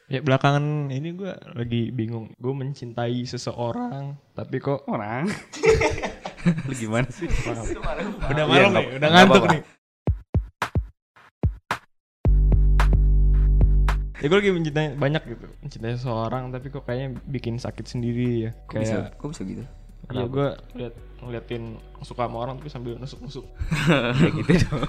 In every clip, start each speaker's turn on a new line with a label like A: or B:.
A: Ya belakangan ini gue lagi bingung. Gue mencintai seseorang, tapi kok
B: Orang. Lu gimana sih?
A: udah malam nih, udah ngantuk nih. Ya gue lagi mencintai banyak gitu, mencintai seseorang, tapi kok kayaknya bikin sakit sendiri ya. Kayak
C: Kok bisa gitu?
A: iya gue ngeliatin suka sama orang tapi sambil nusuk-nusuk.
B: Kayak gitu dong.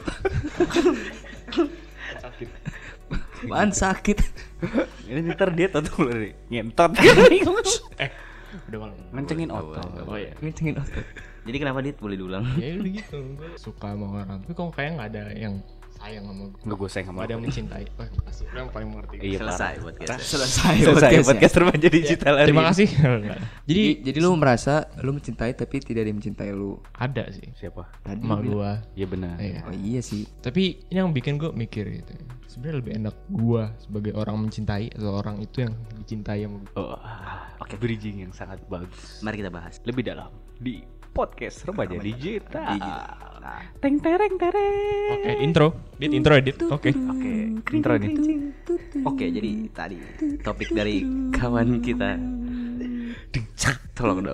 A: Sakit.
C: Apaan sakit?
B: Ini ntar dia tahu lu nih. Ngentot.
A: Udah malam.
B: Ngencengin otot.
A: Oh iya.
C: Ngecengin otot.
B: Jadi kenapa Dit? Boleh diulang?
A: Ya udah gitu, gue suka sama orang, tapi kok kayak nggak ada yang sayang sama gue.
B: Enggak gue sayang sama
A: Gak ada yang mencintai. Wah, makasih. Lu yang paling mengerti.
B: Iya,
D: Selesai
B: parah.
D: podcast.
C: Selesai
B: Podcast remaja digital hari
A: Terima
B: ini.
A: kasih.
C: Jadi lu merasa lu mencintai tapi tidak ada yang mencintai lu.
A: Ada sih
B: Siapa?
C: Tadi
A: sama
C: lu bilang.
A: gua.
B: Iya benar.
A: Iya.
C: Oh iya sih.
A: Tapi ini yang bikin gue mikir gitu. Sebenarnya lebih enak gua sebagai orang mencintai atau orang itu yang dicintai sama gua.
B: Oh, oke, bridging yang sangat bagus.
D: Mari kita bahas.
B: Lebih dalam di podcast remaja digital.
D: Nah,
B: Teng tereng tereng.
A: Oke, intro. Intro edit. Oke.
D: oke.
B: Intro nih.
D: Oke, jadi tadi topik dari kawan kita. Tolong dong.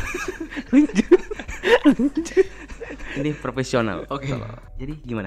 D: Ini profesional.
C: Oke.
D: Jadi gimana?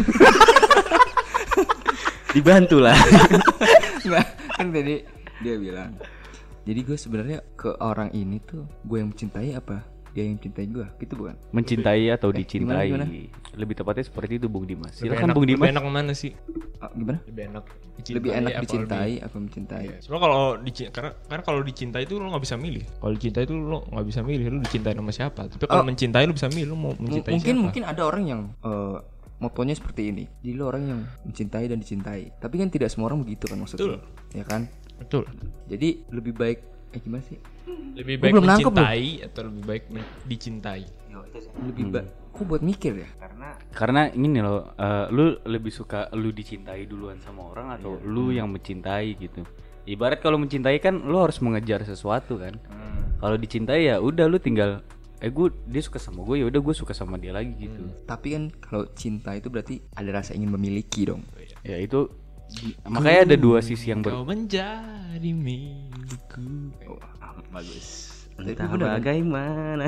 D: Dibantu lah.
C: Enggak, kan tadi dia bilang. Jadi gue sebenarnya ke orang ini tuh gue yang mencintai apa dia yang mencintai gue, gitu bukan?
B: Mencintai atau dicintai?
C: gimana?
B: Lebih tepatnya seperti itu Bung Dimas.
A: Lebih
B: Silakan
A: enak,
B: Bung
A: lebih
B: Dimas.
A: enak mana sih?
C: Gimana?
A: Lebih enak dicintai.
C: Lebih enak
A: apa
C: dicintai
A: lebih-
C: apa mencintai?
A: Iya. Soalnya kalau karena kalau dicintai itu lo nggak bisa milih. Kalau dicintai itu lo nggak bisa milih lo dicintai sama siapa. Tapi kalau mencintai lo bisa milih lo mau mencintai siapa.
C: Mungkin ada orang yang motonya seperti ini. Jadi lo orang yang mencintai dan dicintai. Tapi kan tidak semua orang begitu kan maksudnya. Ya kan?
A: Betul.
C: Jadi lebih baik gimana sih?
A: Lebih
C: Gua
A: baik
C: belum nangkep
A: mencintai atau lebih baik dicintai.
C: Lebih baik. Kok buat mikir ya?
B: Karena ini loh, lu lebih suka lu dicintai duluan sama orang atau lu yang mencintai gitu. Ibarat kalau mencintai kan lu harus mengejar sesuatu kan. Kalau dicintai ya udah lu tinggal dia suka sama gue, ya udah gue suka sama dia lagi gitu.
C: Tapi kan kalau cinta itu berarti ada rasa ingin memiliki dong.
B: Ya itu makanya ada dua sisi yang
A: Kau menjadi milikku.
D: Bagus.
C: Tapi
D: Entah
C: bener kan?
D: bagaimana.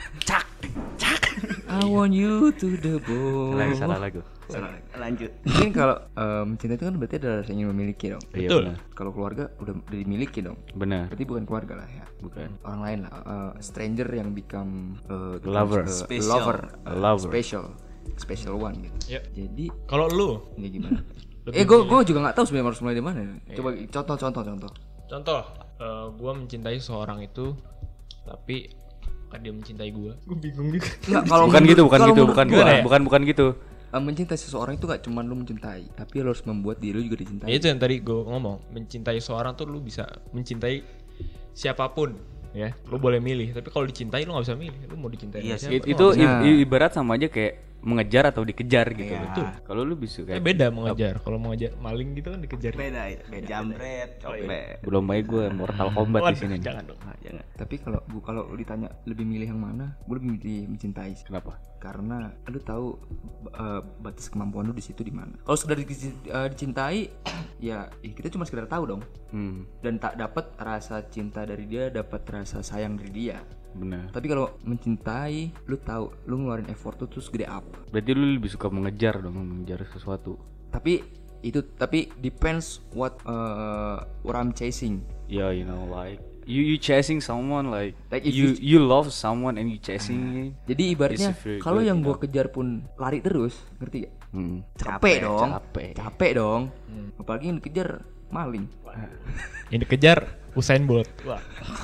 C: I want you to the bone.
B: salah lagu.
D: Lanjut.
C: Mungkin kalau mencinta itu kan berarti ada rasa ingin memiliki dong.
B: Iya
A: Betul.
B: benar.
C: Kalau keluarga udah dimiliki dong.
B: Benar.
C: Berarti bukan keluarga lah ya.
B: Bukan.
C: Orang lain lah. Stranger yang become
B: Lover.
D: Special.
B: Lover.
C: Special one gitu.
A: Yep.
C: Jadi
A: Kalau lu,
C: ini gimana?
A: Lebih
C: gue juga nggak tahu sebenarnya harus mulai dari mana. Coba contoh.
A: contoh, gue mencintai seorang itu, tapi kan dia mencintai gue. Gue bingung juga.
C: Nggak, kalau
B: Bukan gitu, bukan
C: kalau
B: gitu,
C: menurut
B: bukan
C: gua,
B: bukan gitu.
C: mencintai seseorang itu gak cuma lu mencintai, tapi lu harus membuat diri lu juga dicintai.
A: Ya itu yang tadi gue ngomong, mencintai seorang tuh lu bisa mencintai siapapun, ya. Lu boleh milih, tapi kalau dicintai lu nggak bisa milih. Lu mau dicintai
D: Iya
A: sama
D: sih.
A: siapa?
B: Itu
C: Nah.
B: ibarat sama aja kayak mengejar atau dikejar gitu.
D: Iya.
B: Betul. Kalau lu bisa kayak
A: Beda mengejar. Kalau mengejar maling gitu kan dikejar.
D: Beda. Jambret, copet.
B: belum baik gue Mortal Kombat di
A: Waduh,
B: sini. nih.
A: jangan dong.
D: Nah, jangan.
C: Tapi kalau ditanya lebih milih yang mana, gue lebih milih mencintai sih.
B: Kenapa?
C: Karena lu tahu batas kemampuan lu di situ di mana. Kalau sudah dicintai, ya kita cuma sekedar tahu dong. Dan tak dapat rasa cinta dari dia, dapat rasa sayang dari dia.
B: Benar.
C: Tapi kalau mencintai, lu tahu, lu ngeluarin effort tuh terus gede apa.
B: Berarti lu lebih suka mengejar dong, mengejar sesuatu.
C: Tapi depends what I'm chasing.
B: Yeah, you know, like you chasing someone, like
C: Like if
B: you love someone and you chasing it.
C: Jadi ibaratnya
B: It's very
C: kalau
B: good,
C: yang
B: you
C: gua kejar pun lari terus, ngerti gak?
D: Capek,
C: Capek dong. Apalagi yang dikejar maling.
A: Yang dikejar Usain Bolt. Wah.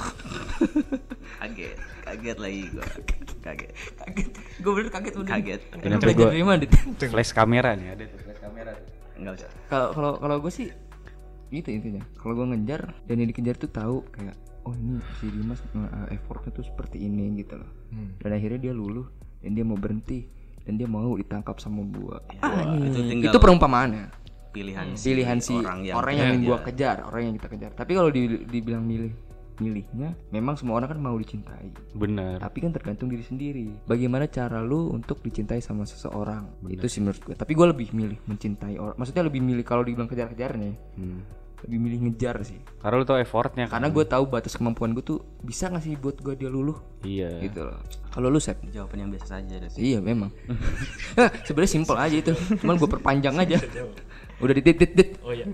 D: Kaget lagi gua. Kaget.
C: Gue bener kaget udah.
D: Kaget.
B: Kenapa
C: Belajar
B: gua-
C: dari mana? Dit?
B: Flash kamera nih, ada tuh flash kamera.
D: Enggak usah.
C: Kalau gue sih itu intinya. Kalau gue ngejar dan yang dikejar tuh tahu kayak oh ini si Dimas effortnya tuh seperti ini gitu loh. Dan akhirnya dia luluh dan dia mau berhenti dan dia mau ditangkap sama gua.
D: Itu
C: Itu perumpamaannya.
D: pilihan
C: Si orang yang gua kejar, orang yang kita kejar. Tapi kalau dibilang milihnya, memang semua orang kan mau dicintai.
B: Benar.
C: Tapi kan tergantung diri sendiri. Bagaimana cara lu untuk dicintai sama seseorang? Itu sih menurut gue. Tapi gue lebih milih mencintai orang. Maksudnya lebih milih kalau dibilang kejar-kejar nih. lebih milih ngejar sih.
B: Karena lu tau effortnya kan.
C: Karena gue tahu batas kemampuan gue tuh bisa nggak sih buat gue dia luluh.
B: Iya.
C: Gitu loh. Kalau lu Sep?
D: Jawaban yang biasa saja deh.
C: Iya memang. Sebenarnya simpel aja itu. Cuman gue perpanjang aja. Udah dit.
A: Oh iya.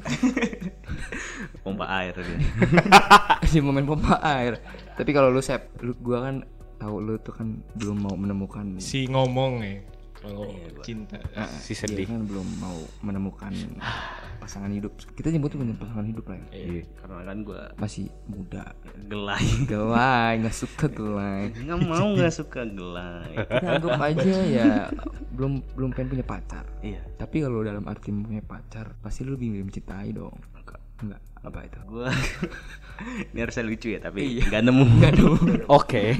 D: Pompa air dia.
C: Si momen pompa air. Tapi kalau lu Sep, gue kan tahu lu tuh kan belum mau menemukan
A: Si ngomong ya kalau cinta.
B: Si
C: dia
B: sedih.
C: kan belum mau menemukan pasangan hidup. Kita nyebutnya bukan pasangan hidup lah ya.
B: Iya.
D: Karena kan gue
C: Masih muda.
D: gelai.
C: Gelai, nggak suka gelai.
D: Nggak suka gelai.
C: Kita anggap aja ya belum pengen punya pacar.
D: Iya.
C: Tapi kalau dalam arti punya pacar, pasti lu lebih mencintai dong. Enggak. Apa itu?
D: Gue ini harusnya lucu ya tapi
C: Iya.
D: nggak nemu.
B: Oke.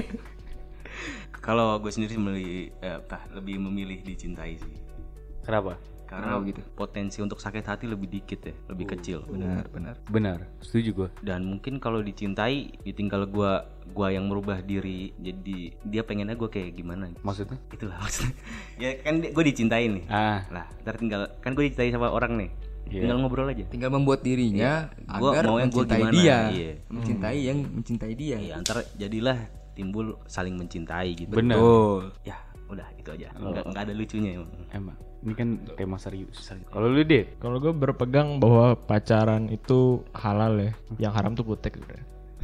D: Kalau gue sendiri lebih memilih dicintai sih.
B: Kenapa?
D: Karena
C: Oh, gitu.
D: potensi untuk sakit hati lebih dikit ya, lebih kecil.
C: Benar.
B: Benar, setuju gue.
D: Dan mungkin kalau dicintai, ya tinggal gua yang merubah diri jadi dia pengennya gue kayak gimana.
B: Maksudnya?
D: Itulah maksudnya. Ya kan gue dicintai nih. Lah, ntar tinggal kan gue dicintai sama orang nih.
B: Iya.
D: Tinggal ngobrol aja.
C: Tinggal membuat dirinya
D: Gua
C: agar
D: mau yang gua
C: mencintai
D: gimana,
C: dia.
D: iya.
C: Mencintai yang mencintai dia.
D: Ya ntar jadilah timbul saling mencintai gitu.
B: Benar.
D: Ya, udah itu aja. Enggak ada lucunya emang.
B: Emang. Ini kan tema serius. Kalau lu deh,
A: Kalau gue berpegang bahwa pacaran itu halal ya, yang haram tuh kutek udah.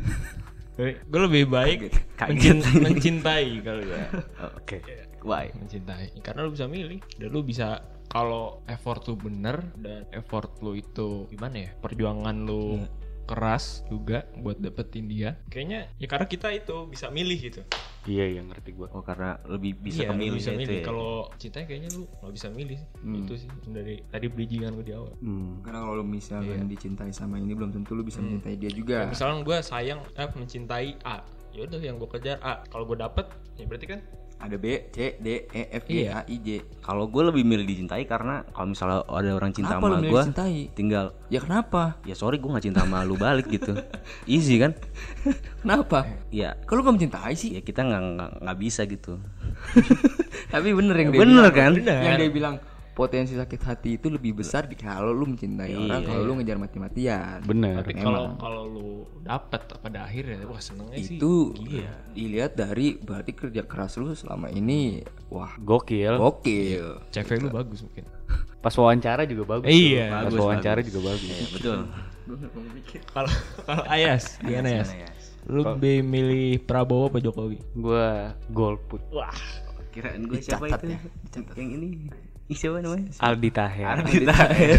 A: Gue lebih baik mencintai kalau gue.
D: Oke. Why?
A: Mencintai karena lu bisa milih dan lu bisa kalau effort lu bener dan effort lu itu gimana ya, perjuangan lu keras juga buat dapetin dia, kayaknya ya karena kita itu bisa milih gitu.
B: iya yang ngerti gue.
D: Oh, karena lebih bisa
A: Iya, lu
D: kemilih
A: bisa
D: itu
A: milih.
D: ya.
A: Kalau cinta kayaknya lu nggak bisa milih sih. Itu sih dari tadi bridgingan gue di awal.
C: Karena kalau lu misalkan dicintai sama ini belum tentu lu bisa mencintai dia juga.
A: Misalnya gue sayang mencintai A, ya udah yang gue kejar A. Kalau gue dapet, ya berarti kan
C: Ada B, C, D, E, F, G,
A: Iya.
C: H, I, J.
D: Kalau gue lebih milih dicintai karena kalau misalnya ada orang cinta
C: Kenapa lu
D: sama
C: milih
D: gue,
C: dicintai?
D: tinggal
C: Ya kenapa?
D: ya sorry gue nggak cinta sama lu balik gitu. Easy kan?
C: Kenapa?
D: Ya,
C: Kalau gak mencintai sih.
D: ya kita nggak bisa gitu.
C: Tapi bener yang dia
D: Bener
C: bilang.
D: kan?
C: Yang dia bilang potensi sakit hati itu lebih besar kalau lu mencintai orang, kalau lu ngejar mati-matian.
B: Bener.
A: tapi kalau lu dapet pada akhirnya, wah senengnya sih.
C: Itu dilihat dari berarti kerja keras lu selama ini. Wah,
B: Gokil.
C: gokil.
A: CV lu bagus mungkin.
B: Pas wawancara juga bagus.
A: Iya,
B: Pas wawancara juga bagus.
D: Ya, betul.
A: Kalau Ayas, gimana Ayas? Lu lebih milih Prabowo apa Jokowi?
B: Gua golput.
A: Wah,
D: Kirain gue siapa
C: Dicatat
D: itu?
C: ya, dicatat.
D: Yang ini. Ih, siapa namanya?
B: Aldi Taher.
D: Ardi Taher.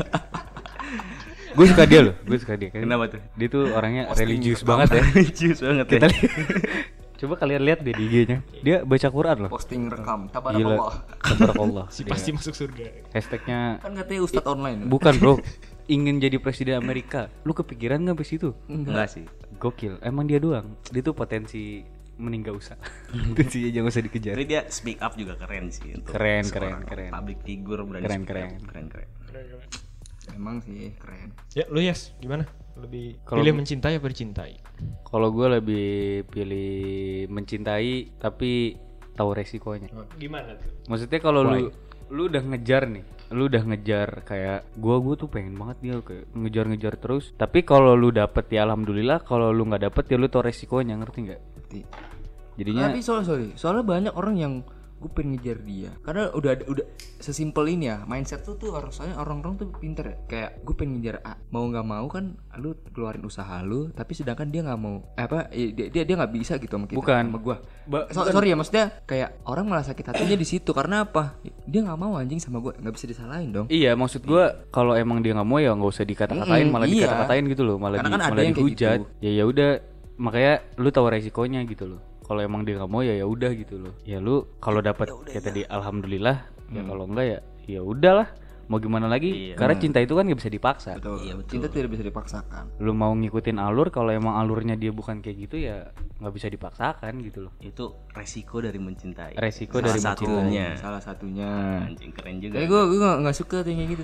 B: Gue suka dia loh. Gue suka dia.
D: Kenapa tuh?
B: Dia tuh orangnya religius banget ya.
D: Religius banget
B: Kita
D: ya.
B: lihat. Coba kalian lihat deh di IG-nya. Dia baca Quran loh.
C: Posting rekam,
B: Gila.
C: tabarakallah.
B: Tabarakallah.
A: si pasti masuk surga.
B: Hashtagnya
C: Kan katanya Ustadz online.
B: bukan bro. Ingin jadi presiden Amerika. Lu kepikiran nggak bis itu?
D: Enggak sih.
B: Gokil. Emang dia doang. Dia tuh potensi meninggal usah. Potensi jangan usah dikejar.
D: Jadi dia speak up juga keren sih untuk
B: Keren,
D: seorang
B: keren.
D: public figure berani
B: Keren,
D: speak up.
B: keren.
D: Keren.
C: Emang sih keren.
A: Ya lu Yas, gimana? Lebih
B: Kalau
A: pilih
B: gua-
A: mencintai apa dicintai?
B: Kalau gue lebih pilih mencintai tapi tahu resikonya.
A: Gimana tuh?
B: Maksudnya kalau lu udah ngejar nih, lu udah ngejar kayak gua tuh pengen banget dia kayak ngejar-ngejar terus. Tapi kalau lu dapet ya alhamdulillah, kalau lu nggak dapet ya lu tahu resikonya, ngerti nggak?
C: Ngerti.
B: Jadinya
C: Tapi soalnya banyak orang yang gue pengen ngejar dia karena udah sesimpel ini ya, mindset tuh rasanya orang-orang tuh pinter ya, kayak gue pengen ngejar A, mau nggak mau kan lu keluarin usaha lu, tapi sedangkan dia nggak mau dia nggak bisa gitu sama kita,
B: Bukan.
C: sama gue. Sorry ya, maksudnya kayak orang malah sakit hatinya di situ karena apa, dia nggak mau anjing sama gue, nggak bisa disalahin dong.
B: iya maksud gua kalau emang dia nggak mau ya nggak usah dikata-katain, malah
C: iya.
B: dikata-katain gitu loh, malah
C: Karena kan ada
B: malah
C: yang kayak
B: dihujat.
C: gitu.
B: Ya udah, makanya lu tahu resikonya gitu loh. Kalau emang dia nggak mau ya udah gitu loh. Ya lu kalau dapat kayak tadi alhamdulillah, ya kalau enggak ya udahlah. Mau gimana lagi? Karena cinta itu kan nggak bisa dipaksa.
C: Betul. Cinta tidak bisa dipaksakan.
B: Lu mau ngikutin alur, kalau emang alurnya dia bukan kayak gitu ya nggak bisa dipaksakan gitu loh.
D: Itu resiko dari mencintai.
B: Resiko
D: Salah
B: dari
D: satunya.
C: Salah satunya.
D: Anjing keren juga.
C: Tapi gue nggak suka tuh yang kayak gitu tuh.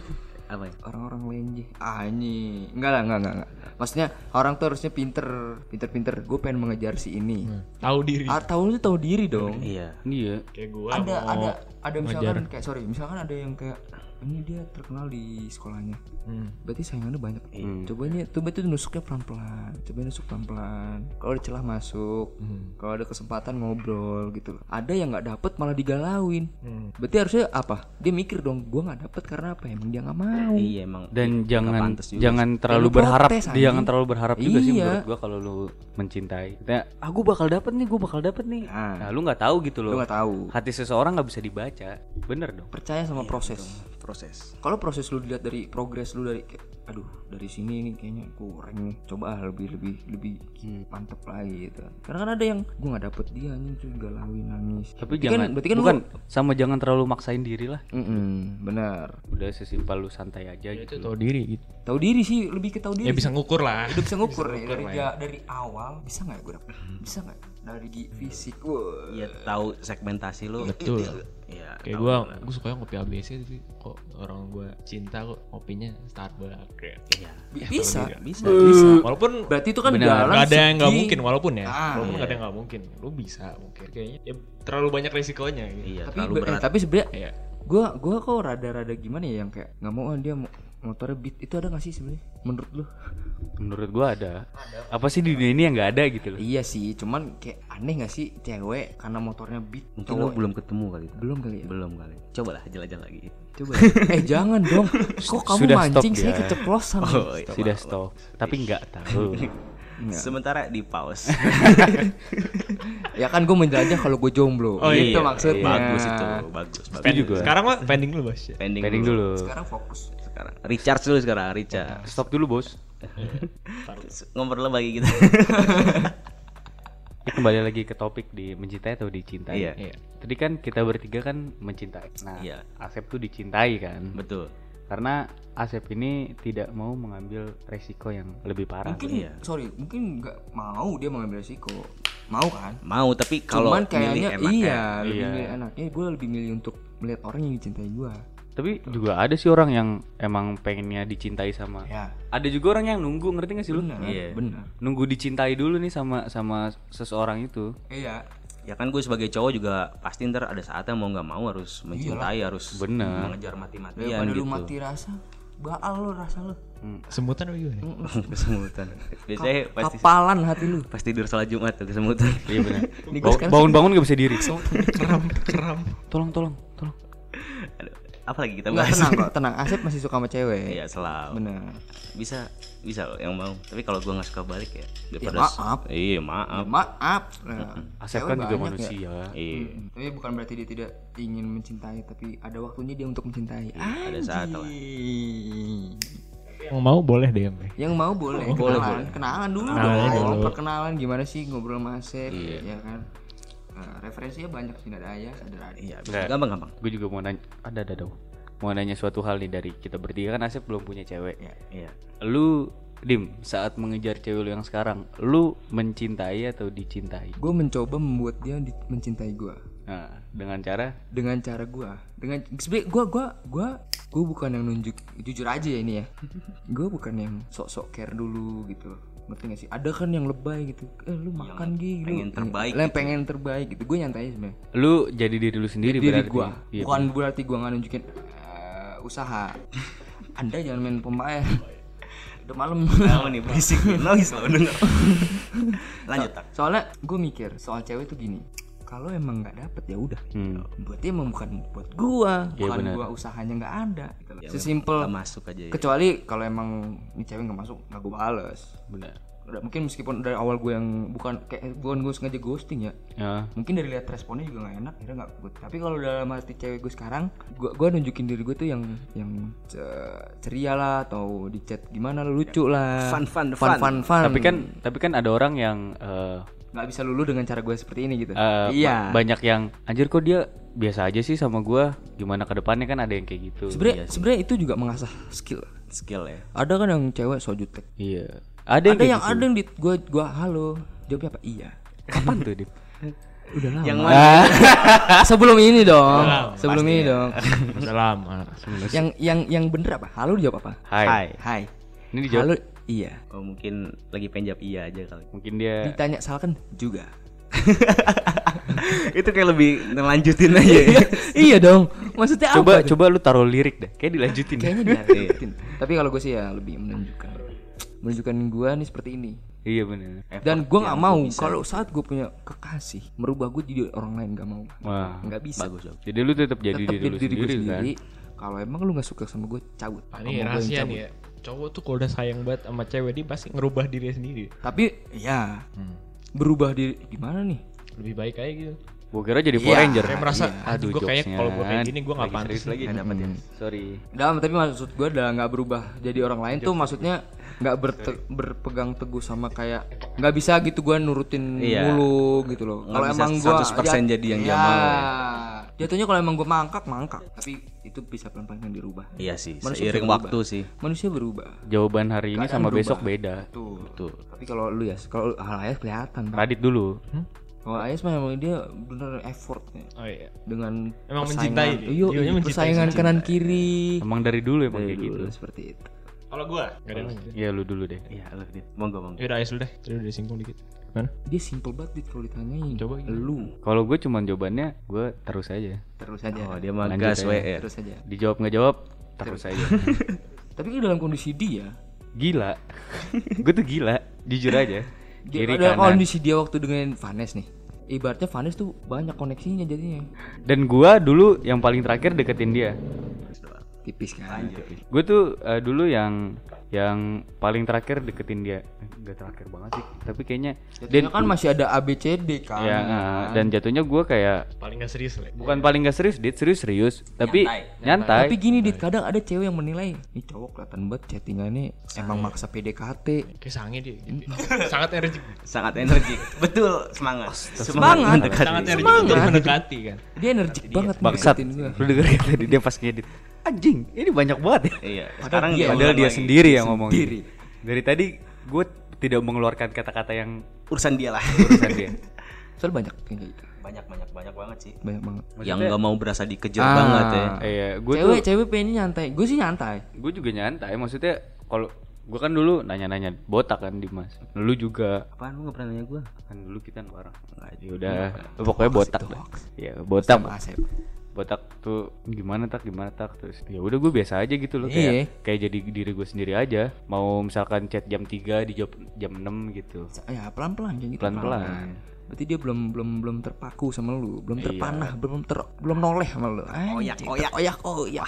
D: Apa ya?
C: Orang-orang lenje. Ini enggak lah, enggak. Maksudnya orang tuh harusnya pinter. Gue pengen mengejar si ini.
A: Tahu diri.
C: Tahu diri dong.
D: Iya.
B: Iya.
A: Kayak gua
C: Ada misalkan kayak misalkan ada yang kayak ini dia terkenal di sekolahnya. Berarti saingannya banyak. Coba itu nusuknya pelan-pelan. Kalau ada celah masuk. Kalau ada kesempatan ngobrol gitu. Ada yang nggak dapet malah digalauin. Berarti harusnya apa? Dia mikir dong, gua nggak dapet karena apa? Emang dia nggak mau.
D: Iya emang.
B: Dan
D: nggak
B: jangan terlalu
C: Lu
B: berharap.
C: protes, anjing.
B: Jangan terlalu berharap juga sih
C: Iya.
B: menurut gua kalau lu mencintai. Kayak gue bakal dapet nih. Nah, lu nggak tahu gitu loh.
C: Lu nggak tahu.
B: Hati seseorang nggak bisa dibaca. Bener dong.
C: Percaya sama proses. Kalau proses lu dilihat dari progres lu dari dari sini nih kayaknya kurang nih. Coba lebih mantep lagi gitu. Karena kan ada yang gua nggak dapet dia anjing tuh galauin nangis.
B: Tapi
C: berarti kan
B: bukan sama jangan terlalu maksain diri lah.
C: Benar.
B: Udah sesimpel lu santai aja
A: itu
B: gitu.
A: tahu diri gitu.
C: Tahu diri sih, lebih ke tahu diri.
A: Ya bisa ngukur lah.
C: Udah bisa ngukur ya. Dari awal bisa nggak gue dapet? Bisa nggak dari fisik? Wah.
D: Iya tahu segmentasi lu.
A: Betul.
D: Iya.
A: Kayak gue suka ngopi ABC sih. Kok orang gue cinta kok ngopinya Starbucks kayak.
D: Iya.
C: Bisa.
A: Walaupun
C: Berarti itu kan
B: Benar.
C: jalan
A: nggak ada yang nggak
C: segi.
A: mungkin walaupun ya.
C: Ah,
A: Walaupun
D: iya.
A: nggak ada yang nggak mungkin. Lu bisa mungkin. Kayaknya ya, terlalu banyak resikonya gitu.
D: Iya.
C: Tapi
D: Terlalu berat.
C: tapi sebenarnya
A: Iya.
C: gue kok rada-rada gimana ya yang kayak nggak mau dia motornya beat itu ada nggak sih sebenarnya menurut lu?
B: Menurut gua ada. Apa sih di dunia ini yang nggak ada gitu loh.
C: Iya sih, cuman kayak aneh nggak sih cewek karena motornya beat?
D: Mungkin
C: cowok
D: lu belum ketemu kali itu.
C: belum kali ya?
D: Belum kali. Cobalah jelajah lagi.
C: Coba. Jangan dong. Kok kamu
B: Sudah
C: mancing
B: stop
C: saya
B: dia.
C: keceplosan.
D: Oh, iya.
B: Sudah stop. Tapi nggak tahu.
D: Sementara di pause.
C: Ya kan gue menjelajah kalau gue jomblo.
A: Oh,
C: Itu
A: iya.
C: maksudnya.
D: Bagus itu, bagus.
B: juga.
A: Sekarang mah pending lu bos.
B: Pending dulu.
C: Sekarang fokus.
D: Sekarang recharge dulu sekarang, recharge.
B: Stop dulu, Bos.
D: Ngobrol bagi kita.
B: Ya, kembali lagi ke topik di mencintai atau dicintai.
D: Iya.
B: Tadi kan kita bertiga kan mencintai. Nah,
D: Iya.
B: Asep tuh dicintai kan.
D: Betul.
B: Karena Asep ini tidak mau mengambil resiko yang lebih parah.
C: Mungkin mungkin nggak mau dia mengambil resiko. Mau kan?
D: Mau tapi kalau
C: Cuman kayaknya
D: milih enak
C: iya,
D: ya.
C: lebih
B: Iya.
C: milih enaknya gue lebih milih untuk melihat orang yang mencintai gue.
B: Tapi juga ada sih orang yang emang pengennya dicintai sama.
C: Ya.
B: Ada juga orang yang nunggu, ngerti gak sih lu?
C: Benar.
D: Iya.
C: Benar.
B: Nunggu dicintai dulu nih sama seseorang itu.
C: Iya.
D: Ya kan gue sebagai cowok juga pasti ntar ada saatnya mau nggak mau harus mencintai, harus
B: Bener.
D: mengejar mati-matian
C: Daripada
D: gitu.
C: lu mati rasa, baal lu rasa lu.
A: Semutan apa gimana?
D: Kesemutan. Biasanya pasti
C: Kapalan hati lu.
D: pas tidur sholat Jumat tuh kesemutan.
B: Iya benar.
C: Ini gua sekarang
B: Bangun-bangun gak bisa diri.
A: Keram.
B: Tolong.
D: Aduh, apa lagi kita
C: Enggak,
D: bahas?
C: tenang. Asep masih suka sama cewek.
D: Iya selalu.
C: Benar.
D: Bisa loh yang mau. Tapi kalau gua nggak suka balik ya. Daripada
C: maaf.
D: Iya
C: Ya,
D: maaf.
C: maaf. Nah,
B: Asep
C: cewek
B: kan juga
C: banyak
B: manusia.
C: ya.
D: Iya.
C: Tapi bukan berarti dia tidak ingin mencintai, tapi ada waktunya dia untuk mencintai.
D: Ada saat lah.
C: Anjing.
A: Yang mau boleh DM.
C: Yang mau boleh, kenalan dulu
A: Kenalan
C: dong.
A: dulu.
C: Perkenalan gimana sih ngobrol sama Asep, ya kan. Referensinya banyak sih, ada Ayas, ada Radit.
D: Iya,
B: Nggak.
D: gampang.
B: Gue juga mau nanya, ada. Mau nanya suatu hal nih dari kita bertiga kan Asep belum punya cewek.
D: Iya.
B: Lu Dim, saat mengejar cewek lu yang sekarang, lu mencintai atau dicintai?
C: Gue mencoba membuat dia mencintai gue
B: Nah, dengan cara
C: dengan cara gue. Sebenarnya gue bukan yang nunjuk, jujur aja ya ini ya. Gue bukan yang sok-sok care dulu gitu. Ngerti gak sih? Ada kan yang lebay gitu. Lu makan gitu.
D: pengen terbaik
C: Yang pengen terbaik gitu. Gue nyantai sebenarnya.
B: lu jadi diri lu sendiri
C: Diri
B: berarti.
C: gue.
B: Iya,
C: Bukan berarti gue nggak nunjukin usaha. Anda jangan main pemain. Udah malam.
D: Tahu nih berisik noise lo denger. Lanjut tak.
C: Soalnya gue mikir soal cewek tuh gini. Kalau emang nggak dapet ya udah. Berarti emang bukan buat gua,
B: Iya,
C: bukan
B: benar.
C: gua usahanya nggak ada. Gitu loh.
D: Ya,
C: Sesimpel.
D: nggak masuk aja ya.
C: Kecuali kalau emang ini cewek nggak masuk, nggak gua bales.
B: Benar.
C: Udah, mungkin meskipun dari awal gue yang bukan gue sengaja ghosting ya.
B: Ya.
C: Mungkin dari lihat responnya juga nggak enak, akhirnya nggak good. Tapi kalau dalam hati cewek gue sekarang, gue nunjukin diri gue tuh yang ceria lah, atau di chat gimana lucu lah,
D: Fun.
B: Tapi kan ada orang yang
C: nggak bisa lulu dengan cara gue seperti ini gitu.
B: iya. Banyak yang anjir kok dia biasa aja sih sama gua. Gimana ke depannya kan ada yang kayak gitu.
C: Sebenarnya itu juga mengasah skill
D: ya.
C: Ada kan yang cewek so jutek.
B: Iya. Ada yang kayak gitu.
C: Ada yang di gua halo, jawabnya apa? Iya.
B: Kapan tuh, Dip?
C: Udah lama.
D: Yang mana?
C: Sebelum ini dong.
A: Salam,
C: Sebelum ini dong.
A: Udah lama.
C: Yang bener apa? Halo dijawab apa?
B: Hai.
C: Hai.
B: Ini dijawab.
C: Halo. Iya.
D: Oh mungkin lagi pengen jawab iya aja kali.
B: Mungkin dia
C: Ditanya salah kan juga.
D: Itu kayak lebih ngelanjutin aja ya.
C: Iya dong. Maksudnya
B: coba
C: apa? tuh?
B: coba lu taruh lirik deh. Kayak dilanjutin.
C: Kayaknya dilanjutin. Tapi kalau gue sih ya lebih menunjukkan gue nih seperti ini.
B: Iya benar.
C: Dan gue nggak
D: yang
C: mau
D: gua bisa.
C: kalau saat gue punya kekasih merubah gue jadi orang lain, nggak mau.
B: Wah.
C: Nggak bisa.
D: Bagus dong.
B: Jadi lu tetap jadi
C: Tetap
B: diri lu
C: jadi diri gue
B: sendiri kan.
C: sendiri. Kalau emang lu nggak suka sama gue, cabut.
A: Ini
C: Mau gue yang
A: rahasia
C: cabut.
A: nih ya. Cowok tuh kalau udah sayang banget sama cewek dia pasti ngerubah dirinya sendiri.
C: Tapi ya berubah diri gimana nih?
A: Lebih baik kayak gitu.
B: Gua kira jadi
C: Iya.
B: Power Ranger.
A: Kayak merasa
B: Aduh,
A: gue kayak
B: jokesnya.
A: kalau gue kayak gini gue nggak
B: Lagi
A: pantas
B: serius lagi.
C: Nggak dapet ya.
B: Sorry.
C: Udah, tapi maksud gue udah nggak berubah jadi orang lain tuh maksudnya nggak berpegang teguh sama kayak nggak bisa gitu gue nurutin
D: Iya.
C: mulu gitu loh.
D: Nggak
C: Kalau
D: bisa
C: emang gue
D: 100% jadi yang dia mau ya.
C: Jatuhnya kalau emang gue mangkak, tapi itu bisa pelan-pelan yang dirubah.
D: Iya sih,
C: Manusia
D: seiring
C: berubah.
D: waktu sih.
C: Manusia berubah.
B: Jawaban hari ini
C: Keadaan
B: sama
C: berubah.
B: besok beda.
C: Tuh.
D: Betul.
C: Tapi kalau lu ya, kalau hal Ayas kelihatan. Pak.
B: Radit dulu.
C: Kalau Ayas mah emang dia bener effort ya.
A: Oh iya.
C: Dengan
A: Emang
C: persaingan-
A: mencintai dia.
C: Iya,
A: Dia mencintai
C: persaingan
A: sendiri.
C: kanan kiri.
B: Emang dari dulu emang
C: Dari
B: kayak
C: dulu
B: gitu.
C: seperti itu.
A: Kalau gue nggak ada yang lanjut.
B: Iya lu dulu deh.
D: Iya, lu Dit. Monggo.
A: Ya udah Ais dulu deh. Terus udah singgung dikit. Mana?
C: Dia simple banget Dit, kalau ditanyain.
A: Coba gimana?
C: Lu
B: Kalau gue cuman jawabannya gue terus aja.
C: terus aja.
D: Oh, dia mah
B: Lanjut
D: gas
B: aja.
D: we ya.
C: Terus aja.
B: Dijawab nggak jawab terus aja.
C: Tapi kan dalam kondisi dia
B: Gila. Gue tuh gila. Jujur aja. Kiri
C: ada
B: kanan.
C: kondisi dia waktu dengan Vanes nih. Ibaratnya Vanes tuh banyak koneksinya jadinya.
B: Dan gue dulu yang paling terakhir deketin dia.
C: Tipis kan.
B: Gue tuh dulu yang paling terakhir deketin dia. Gak terakhir banget sih. Tapi kayaknya
C: Jatuhnya kan masih ada ABCD kan.
B: ya dan jatuhnya gue kayak
A: Paling gak serius lah.
B: bukan paling gak serius, Dit, serius. Tapi nyantai.
C: Tapi gini Dit, kadang ada cewek yang menilai ini cowok kelihatan banget chattingannya emang maksa PDKT.
A: Kayak sange dia gitu. Sangat energik.
D: Sangat energik. Betul, semangat.
C: Semangat.
D: mendekati.
A: Sangat energik
C: Semangat.
A: untuk mendekati kan.
C: Dia energik banget
B: Bangsat.
C: ngedeketin gua.
B: Lu denger gak tadi dia pas ngedit. Anjing, ini banyak banget ya.
D: Iya.
C: Padahal
D: Sekarang
C: dia-
B: Padahal dia
D: lagi.
B: sendiri yang ngomong.
C: Sendiri.
B: Dari tadi gue tidak mengeluarkan kata-kata yang
D: Urusan dia lah.
B: urusan dia.
C: Soalnya banyak kayak gitu.
D: banyak banget sih.
C: Banyak banget.
D: Yang nggak mau berasa dikejar
C: Ah.
D: banget ya.
B: Iya, gue tuh
C: Cewek pengen nyantai. Gue sih nyantai.
B: gue juga nyantai. Maksudnya kalau gue kan dulu nanya-nanya botak kan Dimas. Lu juga
D: Apaan lu nggak pernah nanya gue?
B: kan dulu kita bareng. Ya udah, pokoknya botak dah. Iya, botak.
C: Sama Asep.
B: Botak tuh gimana tak terus ya udah gue biasa aja gitu loh kayak jadi diri gue sendiri aja. Mau misalkan chat jam 3 dijawab jam 6 gitu.
C: Ya pelan-pelan kayak gitu.
B: Pelan-pelan.
C: Berarti dia belum terpaku sama lu, belum
B: Iya.
C: terpanah, belum noleh sama lu.
D: Oyak.
C: Oyak.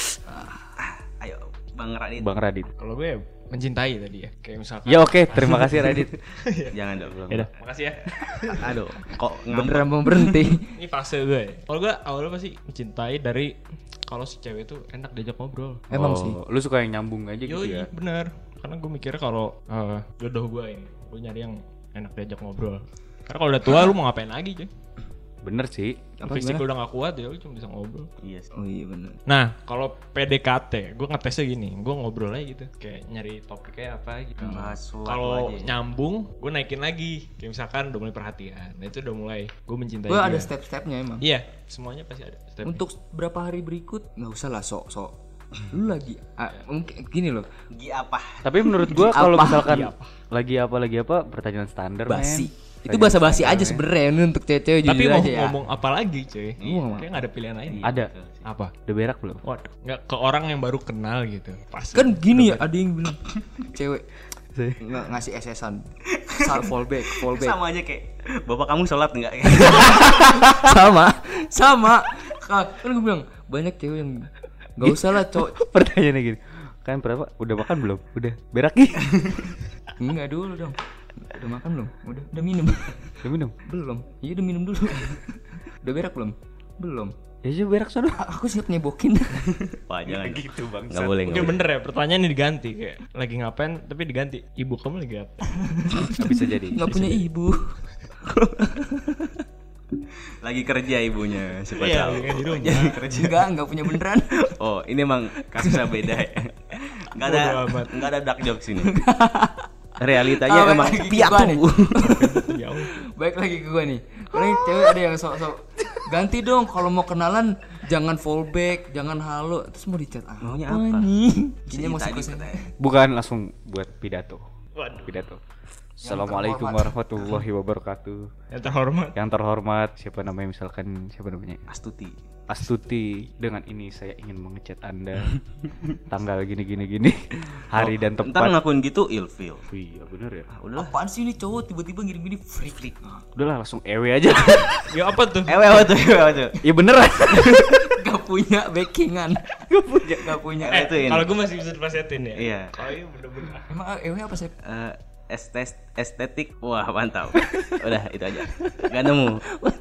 D: Ayo, Bang Radit.
B: Bang Radit.
A: Kalau gue mencintai tadi ya. Kayak misalkan.
B: Ya oke, terima kasih Radit.
D: Jangan dong.
A: Ya udah, makasih ya.
D: Aduh, kok
C: Beneran mau berhenti.
A: Ini fase gue. Kalau gue awalnya pasti mencintai dari kalau si cewek itu enak diajak ngobrol.
C: Emang
B: Oh,
C: sih.
B: lu suka yang nyambung aja gitu
A: Yoi,
B: ya.
A: bener. Karena gue mikirnya kalau jodoh gue ini, gue nyari yang enak diajak ngobrol. Karena kalau udah tua lu mau ngapain lagi cuy?
B: Bener sih.
C: Apa
A: Fisik
C: gimana?
A: lu udah gak kuat ya lu cuma bisa ngobrol.
D: Iya sih.
C: Oh iya benar.
A: Nah kalau PDKT, gue ngetesnya gini, gue ngobrol aja gitu, kayak nyari topiknya apa gitu.
D: Bahas sesuatu
A: Kalau
D: aja ya.
A: nyambung, gue naikin lagi. Kayak misalkan udah mulai perhatian, nah itu udah mulai gue mencintai
C: Gue
A: dia.
C: ada step-stepnya emang.
A: Iya, semuanya pasti ada step.
C: Untuk berapa hari berikut nggak usah lah sok. Lu lagi mungkin gini loh.
D: Gi apa?
B: Tapi menurut gua kalau
C: Apa?
B: misalkan
A: Lagi apa?
B: lagi apa pertanyaan standar
C: Basi.
B: men.
C: Itu basa-basi aja sebenarnya ini untuk cewek-cewek
A: Tapi
C: jujur
A: mau
C: aja ya.
A: ngomong apa lagi cuy?
C: Ngomong apa?
A: Kayak gak ada pilihan lain.
B: Ada.
A: Apa?
B: Udah berak belum?
A: Waduh, nggak ke orang yang baru kenal gitu. Pasti.
C: Kan gini ya, ada yang bilang cewek nggak ngasih SS-an. Fallback.
D: Sama aja kayak bapak kamu sholat nggak?
C: sama. Kan gue bilang banyak cewek yang nggak usah lah cowok.
B: Pertanyaannya gini. Kan berapa? Udah makan belum? Udah berak nih.
C: Enggak dulu dong. Udah makan belum? Udah minum.
B: Udah minum.
C: Belum. Iya udah minum dulu. Udah berak belum? Belum.
B: Ya sih berak sana.
C: Aku siap nyebokin.
D: Wah jangan.
B: Gitu bang.
D: Nggak boleh.
A: Mungkin bener ya, pertanyaannya diganti kayak lagi ngapain tapi diganti. Ibu kamu lagi apa?
B: Bisa jadi.
C: Nggak punya ibu.
D: Lagi kerja ibunya, siapa
A: Iya,
D: tahu.
A: lagi di rumah.
C: Enggak punya beneran.
D: Oh, ini emang kasusnya beda ya. Nggak ada,
A: Bodo amat.
D: nggak ada dark jokes ini. Realitanya
C: Apa
D: emang
C: lagi
D: piatu.
C: gua nih?
A: Jauh.
C: Baik lagi ke gue nih. Karena cewek ada yang sok-sok ganti dong kalau mau kenalan jangan fallback, jangan halo, terus mau dicat apa?
D: Maunya apa?
C: Nih? Kayaknya mau
D: Tadi
C: siklusnya.
B: Bukan langsung buat pidato.
A: Waduh.
B: Pidato. Assalamualaikum warahmatullahi wabarakatuh.
A: Yang terhormat.
B: Yang terhormat, siapa namanya misalkan siapa namanya? Astuti. Dengan ini saya ingin mengecat Anda tanggal gini. Hari dan
D: Ntar
B: tempat.
D: ngakuin gitu ilfil.
B: Iya bener ya.
D: Udahlah.
C: Apaan sih ini cowok tiba-tiba ngirim-ngirim freak.
B: Udahlah langsung ewe aja.
A: Ya apa tuh?
D: Apa tuh?
B: Iya beneran.
C: Gak punya backingan. Gak punya.
D: Itu ini.
A: Kalau gue masih bisa dipasetin ya.
D: Iya.
A: Kalau ini bener-bener.
C: Emang EW apa sih?
D: Estetik. Wah, mantap. Udah, itu aja. Gak nemu.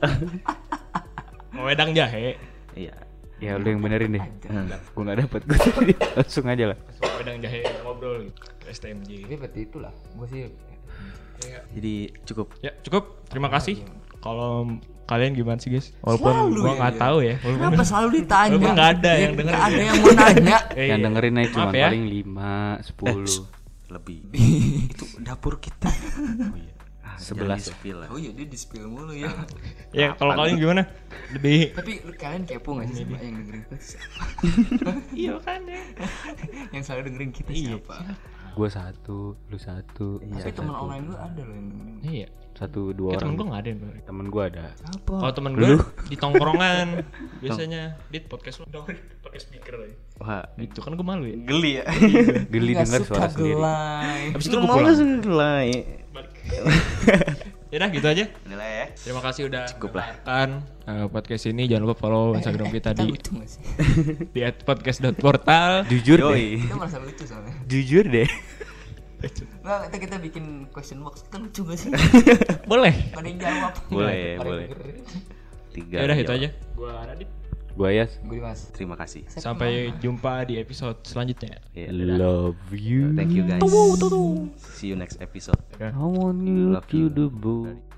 A: Mau wedang jahe.
D: Iya.
B: Ya lu yang benerin deh. Gue gak dapet. Gue tadi langsung aja lah.
A: Mau wedang jahe ngobrol gitu. STMJ.
C: Tapi berarti itulah. Gue sih
D: Jadi cukup.
A: Ya cukup. Terima kasih. Kalau kalian gimana sih guys? Walaupun
C: Selalu
A: gua
C: ya,
A: nggak
C: ya.
A: tahu ya.
C: kenapa selalu ditanya?
A: Walaupun nggak ada yang dengerin.
C: Nggak ada yang mau nanya.
B: Yang dengerin aja cuma
A: Maaf ya.
B: paling 5, 10.
D: Lebih. Itu dapur kita. Oh iya.
B: 11
D: ya.
C: Oh iya dia di spill mulu ya.
A: Ya kalau kalian gimana? Lebih.
C: Tapi kalian kepo nggak sih sama yang dengerin kita siapa?
A: Iya kan ya.
C: Yang selalu dengerin kita siapa?
B: Gue 1, lu 1.
C: Tapi teman online lu ada loh yang dengerin.
A: Iya.
B: 1, 2
A: Kayak temen
B: orang.
A: gue nggak ada yang dengerin.
B: Temen gue ada.
C: Siapa?
A: Kalau temen gue di tongkrongan biasanya dit podcast lu dengerin pakai speaker aja.
D: Wah,
A: Gitu kan gue malu ya.
D: geli ya.
B: Geli
C: Nggak
B: denger
C: suka
B: suara sendiri.
C: gelai.
A: Habis itu gue pulang.
D: Gelai.
A: Balik. Ya udah gitu aja.
D: Udah lah ya.
A: Terima kasih udah
D: Cukup lah.
A: mendengarkan podcast ini. Jangan lupa follow Instagram kita di
C: lucu nggak sih?
A: di @podcast.portal.
B: Jujur deh.
D: Yoi.
C: Kita merasa lucu soalnya.
B: Jujur deh.
C: Nah, kita bikin question box kita lucu gak sih?
A: Boleh.
C: Ada yang jawab.
D: Boleh,
C: Ada yang
D: boleh.
C: dengerin.
D: 3.
A: Ya udah itu aja. Gua Radit.
B: Gue Ayas.
C: Gue Dimas.
D: Terima kasih.
A: Sampai jumpa di episode selanjutnya.
D: Ya,
B: Love you.
D: Thank you guys. See you next episode.
B: I want you
D: Love
B: to
D: you.
B: the bone.